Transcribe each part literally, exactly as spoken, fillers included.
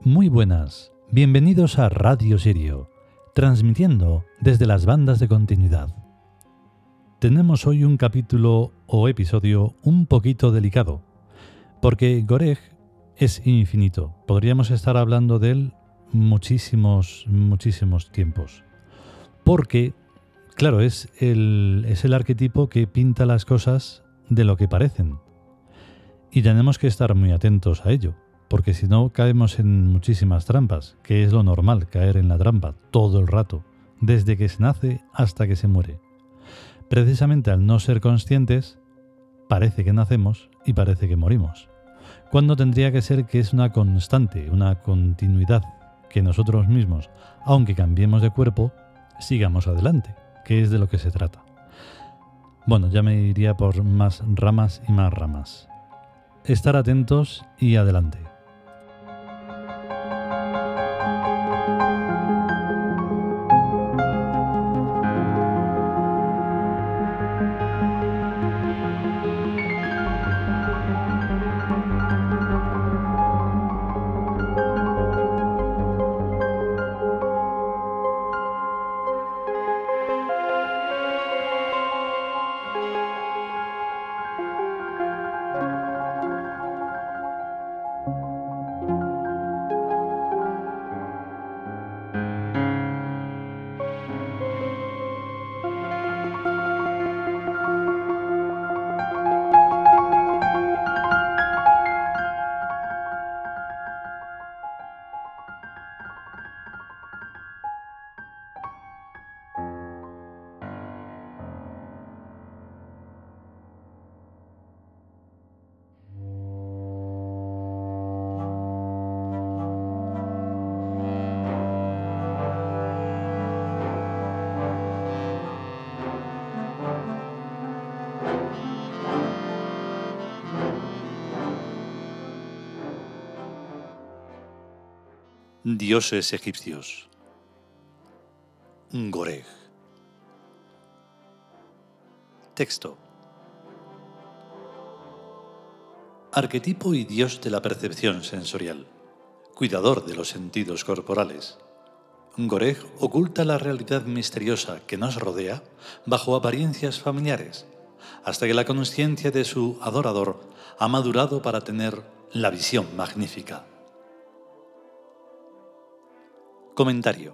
Muy buenas, bienvenidos a Radio Sirio, transmitiendo desde las bandas de continuidad. Tenemos hoy un capítulo o episodio un poquito delicado, porque Goreg es infinito. Podríamos estar hablando de él muchísimos, muchísimos tiempos. Porque, claro, es el, es el arquetipo que pinta las cosas de lo que parecen. Y tenemos que estar muy atentos a ello, porque si no caemos en muchísimas trampas, que es lo normal, caer en la trampa todo el rato, desde que se nace hasta que se muere. Precisamente al no ser conscientes, parece que nacemos y parece que morimos, cuando tendría que ser que es una constante, una continuidad, que nosotros mismos, aunque cambiemos de cuerpo, sigamos adelante, que es de lo que se trata. Bueno, ya me iría por más ramas y más ramas. Estar atentos y adelante. Dioses egipcios. Goreg. Texto. Arquetipo y dios de la percepción sensorial, cuidador de los sentidos corporales. Goreg oculta la realidad misteriosa que nos rodea bajo apariencias familiares, hasta que la consciencia de su adorador ha madurado para tener la visión magnífica. Comentario.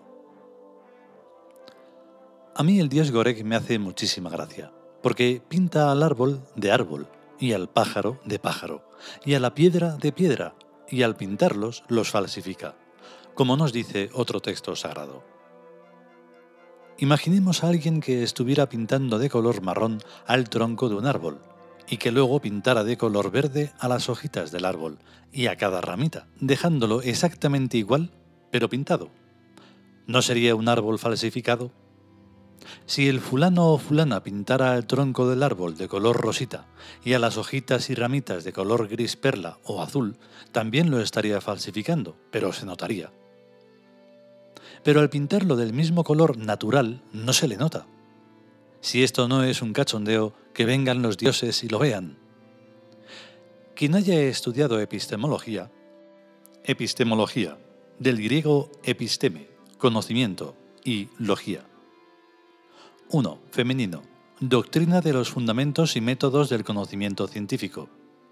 A mí el dios Goreg me hace muchísima gracia, porque pinta al árbol de árbol, y al pájaro de pájaro, y a la piedra de piedra, y al pintarlos los falsifica, como nos dice otro texto sagrado. Imaginemos a alguien que estuviera pintando de color marrón al tronco de un árbol, y que luego pintara de color verde a las hojitas del árbol, y a cada ramita, dejándolo exactamente igual, pero pintado. ¿No sería un árbol falsificado? Si el fulano o fulana pintara el tronco del árbol de color rosita y a las hojitas y ramitas de color gris perla o azul, también lo estaría falsificando, pero se notaría. Pero al pintarlo del mismo color natural no se le nota. Si esto no es un cachondeo, que vengan los dioses y lo vean. Quien haya estudiado epistemología, epistemología, del griego episteme, conocimiento, y logía. uno. Femenino. Doctrina de los fundamentos y métodos del conocimiento científico.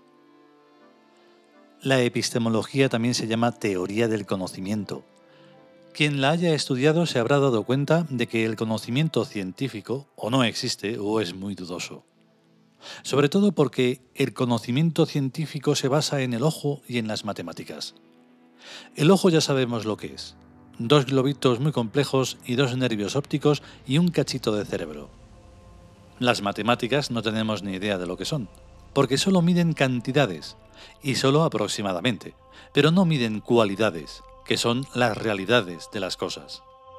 La epistemología también se llama teoría del conocimiento. Quien la haya estudiado se habrá dado cuenta de que el conocimiento científico o no existe o es muy dudoso. Sobre todo porque el conocimiento científico se basa en el ojo y en las matemáticas. El ojo ya sabemos lo que es. Dos globitos muy complejos y dos nervios ópticos y un cachito de cerebro. Las matemáticas no tenemos ni idea de lo que son, porque solo miden cantidades, y solo aproximadamente, pero no miden cualidades, que son las realidades de las cosas.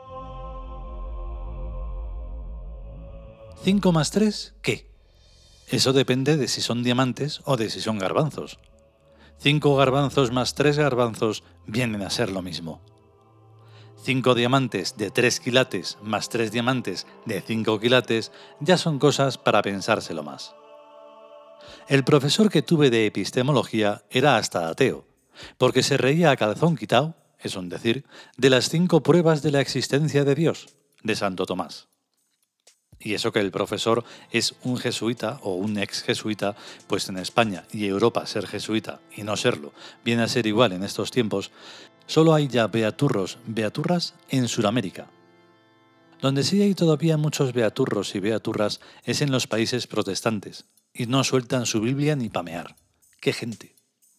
¿cinco más tres qué? Eso depende de si son diamantes o de si son garbanzos. cinco garbanzos más tres garbanzos vienen a ser lo mismo. cinco diamantes de tres quilates más tres diamantes de cinco quilates ya son cosas para pensárselo más. El profesor que tuve de epistemología era hasta ateo, porque se reía a calzón quitao es un decir, de las cinco pruebas de la existencia de Dios, de Santo Tomás. Y eso que el profesor es un jesuita o un ex jesuita, pues en España y Europa ser jesuita y no serlo viene a ser igual en estos tiempos, solo hay ya beaturros, beaturras en Sudamérica. Donde sí hay todavía muchos beaturros y beaturras es en los países protestantes, y no sueltan su Biblia ni pamear. ¡Qué gente!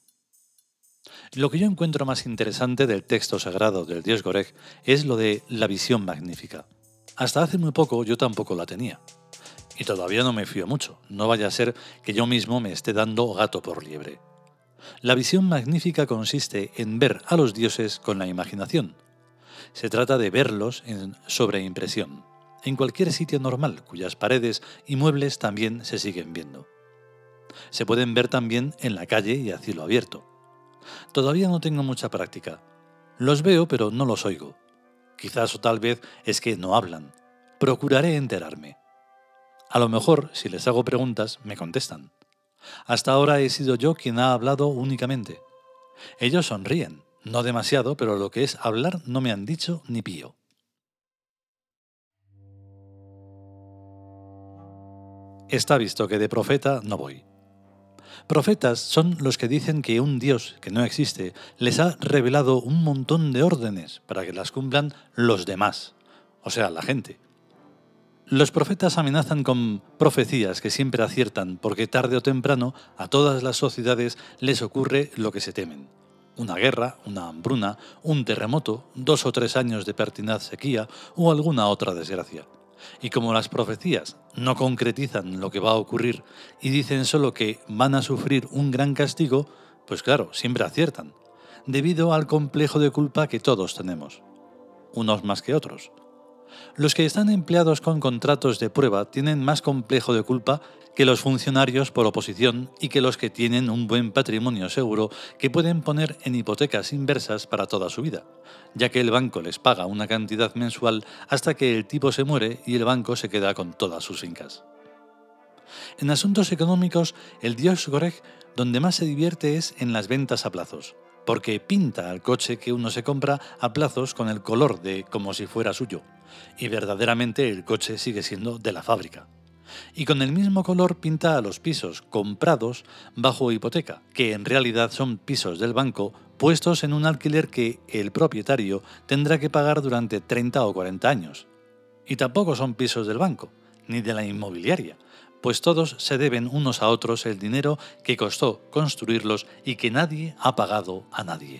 Lo que yo encuentro más interesante del texto sagrado del dios Goreg es lo de la visión magnífica. Hasta hace muy poco yo tampoco la tenía. Y todavía no me fío mucho, no vaya a ser que yo mismo me esté dando gato por liebre. La visión magnífica consiste en ver a los dioses con la imaginación. Se trata de verlos en sobreimpresión, en cualquier sitio normal cuyas paredes y muebles también se siguen viendo. Se pueden ver también en la calle y a cielo abierto. Todavía no tengo mucha práctica. Los veo pero no los oigo. Quizás o tal vez es que no hablan. Procuraré enterarme. A lo mejor, si les hago preguntas, me contestan. Hasta ahora he sido yo quien ha hablado únicamente. Ellos sonríen, no demasiado, pero lo que es hablar no me han dicho ni pío. Está visto que de profeta no voy. Profetas son los que dicen que un Dios que no existe les ha revelado un montón de órdenes para que las cumplan los demás, o sea, la gente. Los profetas amenazan con profecías que siempre aciertan porque tarde o temprano a todas las sociedades les ocurre lo que se temen. Una guerra, una hambruna, un terremoto, dos o tres años de pertinaz sequía o alguna otra desgracia. Y como las profecías no concretizan lo que va a ocurrir y dicen solo que van a sufrir un gran castigo, pues claro, siempre aciertan, debido al complejo de culpa que todos tenemos, unos más que otros. Los que están empleados con contratos de prueba tienen más complejo de culpa que los funcionarios por oposición y que los que tienen un buen patrimonio seguro que pueden poner en hipotecas inversas para toda su vida, ya que el banco les paga una cantidad mensual hasta que el tipo se muere y el banco se queda con todas sus fincas. En asuntos económicos, el dios Goreg donde más se divierte es en las ventas a plazos, porque pinta al coche que uno se compra a plazos con el color de como si fuera suyo, y verdaderamente el coche sigue siendo de la fábrica. Y con el mismo color pinta a los pisos comprados bajo hipoteca, que en realidad son pisos del banco puestos en un alquiler que el propietario tendrá que pagar durante treinta o cuarenta años. Y tampoco son pisos del banco, ni de la inmobiliaria, pues todos se deben unos a otros el dinero que costó construirlos y que nadie ha pagado a nadie.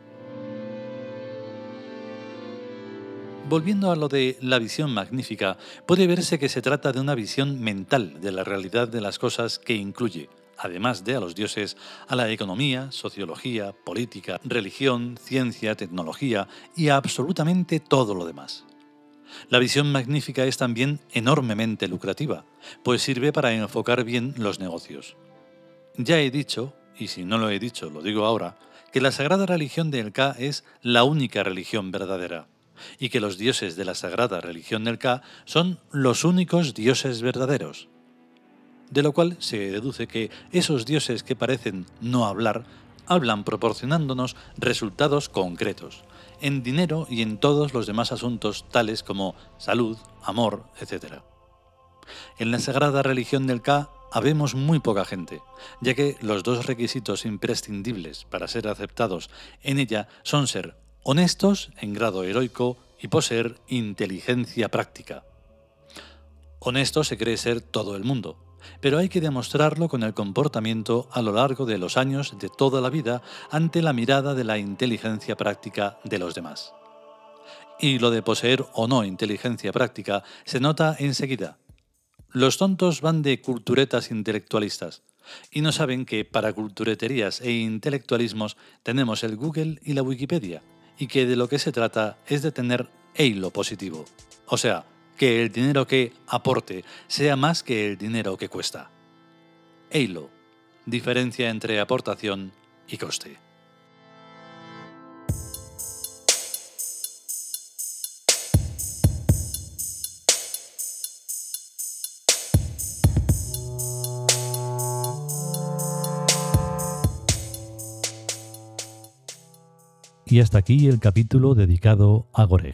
Volviendo a lo de la visión magnífica, puede verse que se trata de una visión mental de la realidad de las cosas que incluye, además de a los dioses, a la economía, sociología, política, religión, ciencia, tecnología y a absolutamente todo lo demás. La visión magnífica es también enormemente lucrativa, pues sirve para enfocar bien los negocios. Ya he dicho, y si no lo he dicho lo digo ahora, que la sagrada religión del Ka es la única religión verdadera, y que los dioses de la sagrada religión del Ka son los únicos dioses verdaderos. De lo cual se deduce que esos dioses que parecen no hablar, hablan proporcionándonos resultados concretos, en dinero y en todos los demás asuntos tales como salud, amor, etcétera. En la sagrada religión del Ka habemos muy poca gente, ya que los dos requisitos imprescindibles para ser aceptados en ella son ser honestos en grado heroico y poseer inteligencia práctica. Honesto se cree ser todo el mundo, pero hay que demostrarlo con el comportamiento a lo largo de los años de toda la vida ante la mirada de la inteligencia práctica de los demás. Y lo de poseer o no inteligencia práctica se nota enseguida. Los tontos van de culturetas intelectualistas y no saben que para cultureterías e intelectualismos tenemos el Google y la Wikipedia, y que de lo que se trata es de tener hilo positivo, o sea, que el dinero que aporte sea más que el dinero que cuesta. Hilo, diferencia entre aportación y coste. Y hasta aquí el capítulo dedicado a Goreg.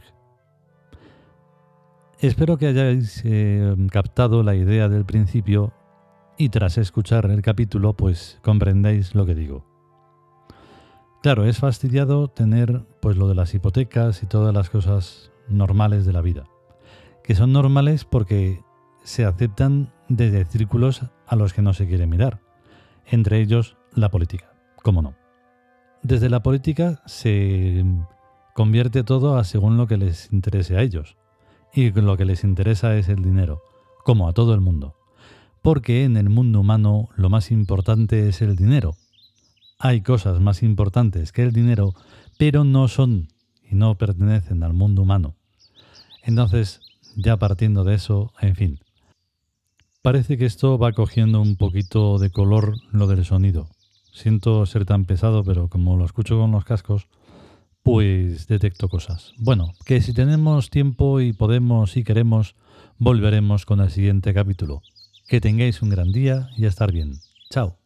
Espero que hayáis eh, captado la idea del principio y tras escuchar el capítulo pues comprendáis lo que digo. Claro, es fastidiado tener pues lo de las hipotecas y todas las cosas normales de la vida, que son normales porque se aceptan desde círculos a los que no se quiere mirar, entre ellos la política, cómo no. Desde la política se convierte todo a según lo que les interese a ellos, y lo que les interesa es el dinero, como a todo el mundo, porque en el mundo humano lo más importante es el dinero. Hay cosas más importantes que el dinero, pero no son y no pertenecen al mundo humano. Entonces, ya partiendo de eso, en fin, parece que esto va cogiendo un poquito de color lo del sonido. Siento ser tan pesado, pero como lo escucho con los cascos, pues detecto cosas. Bueno, que si tenemos tiempo y podemos y queremos, volveremos con el siguiente capítulo. Que tengáis un gran día y a estar bien. Chao.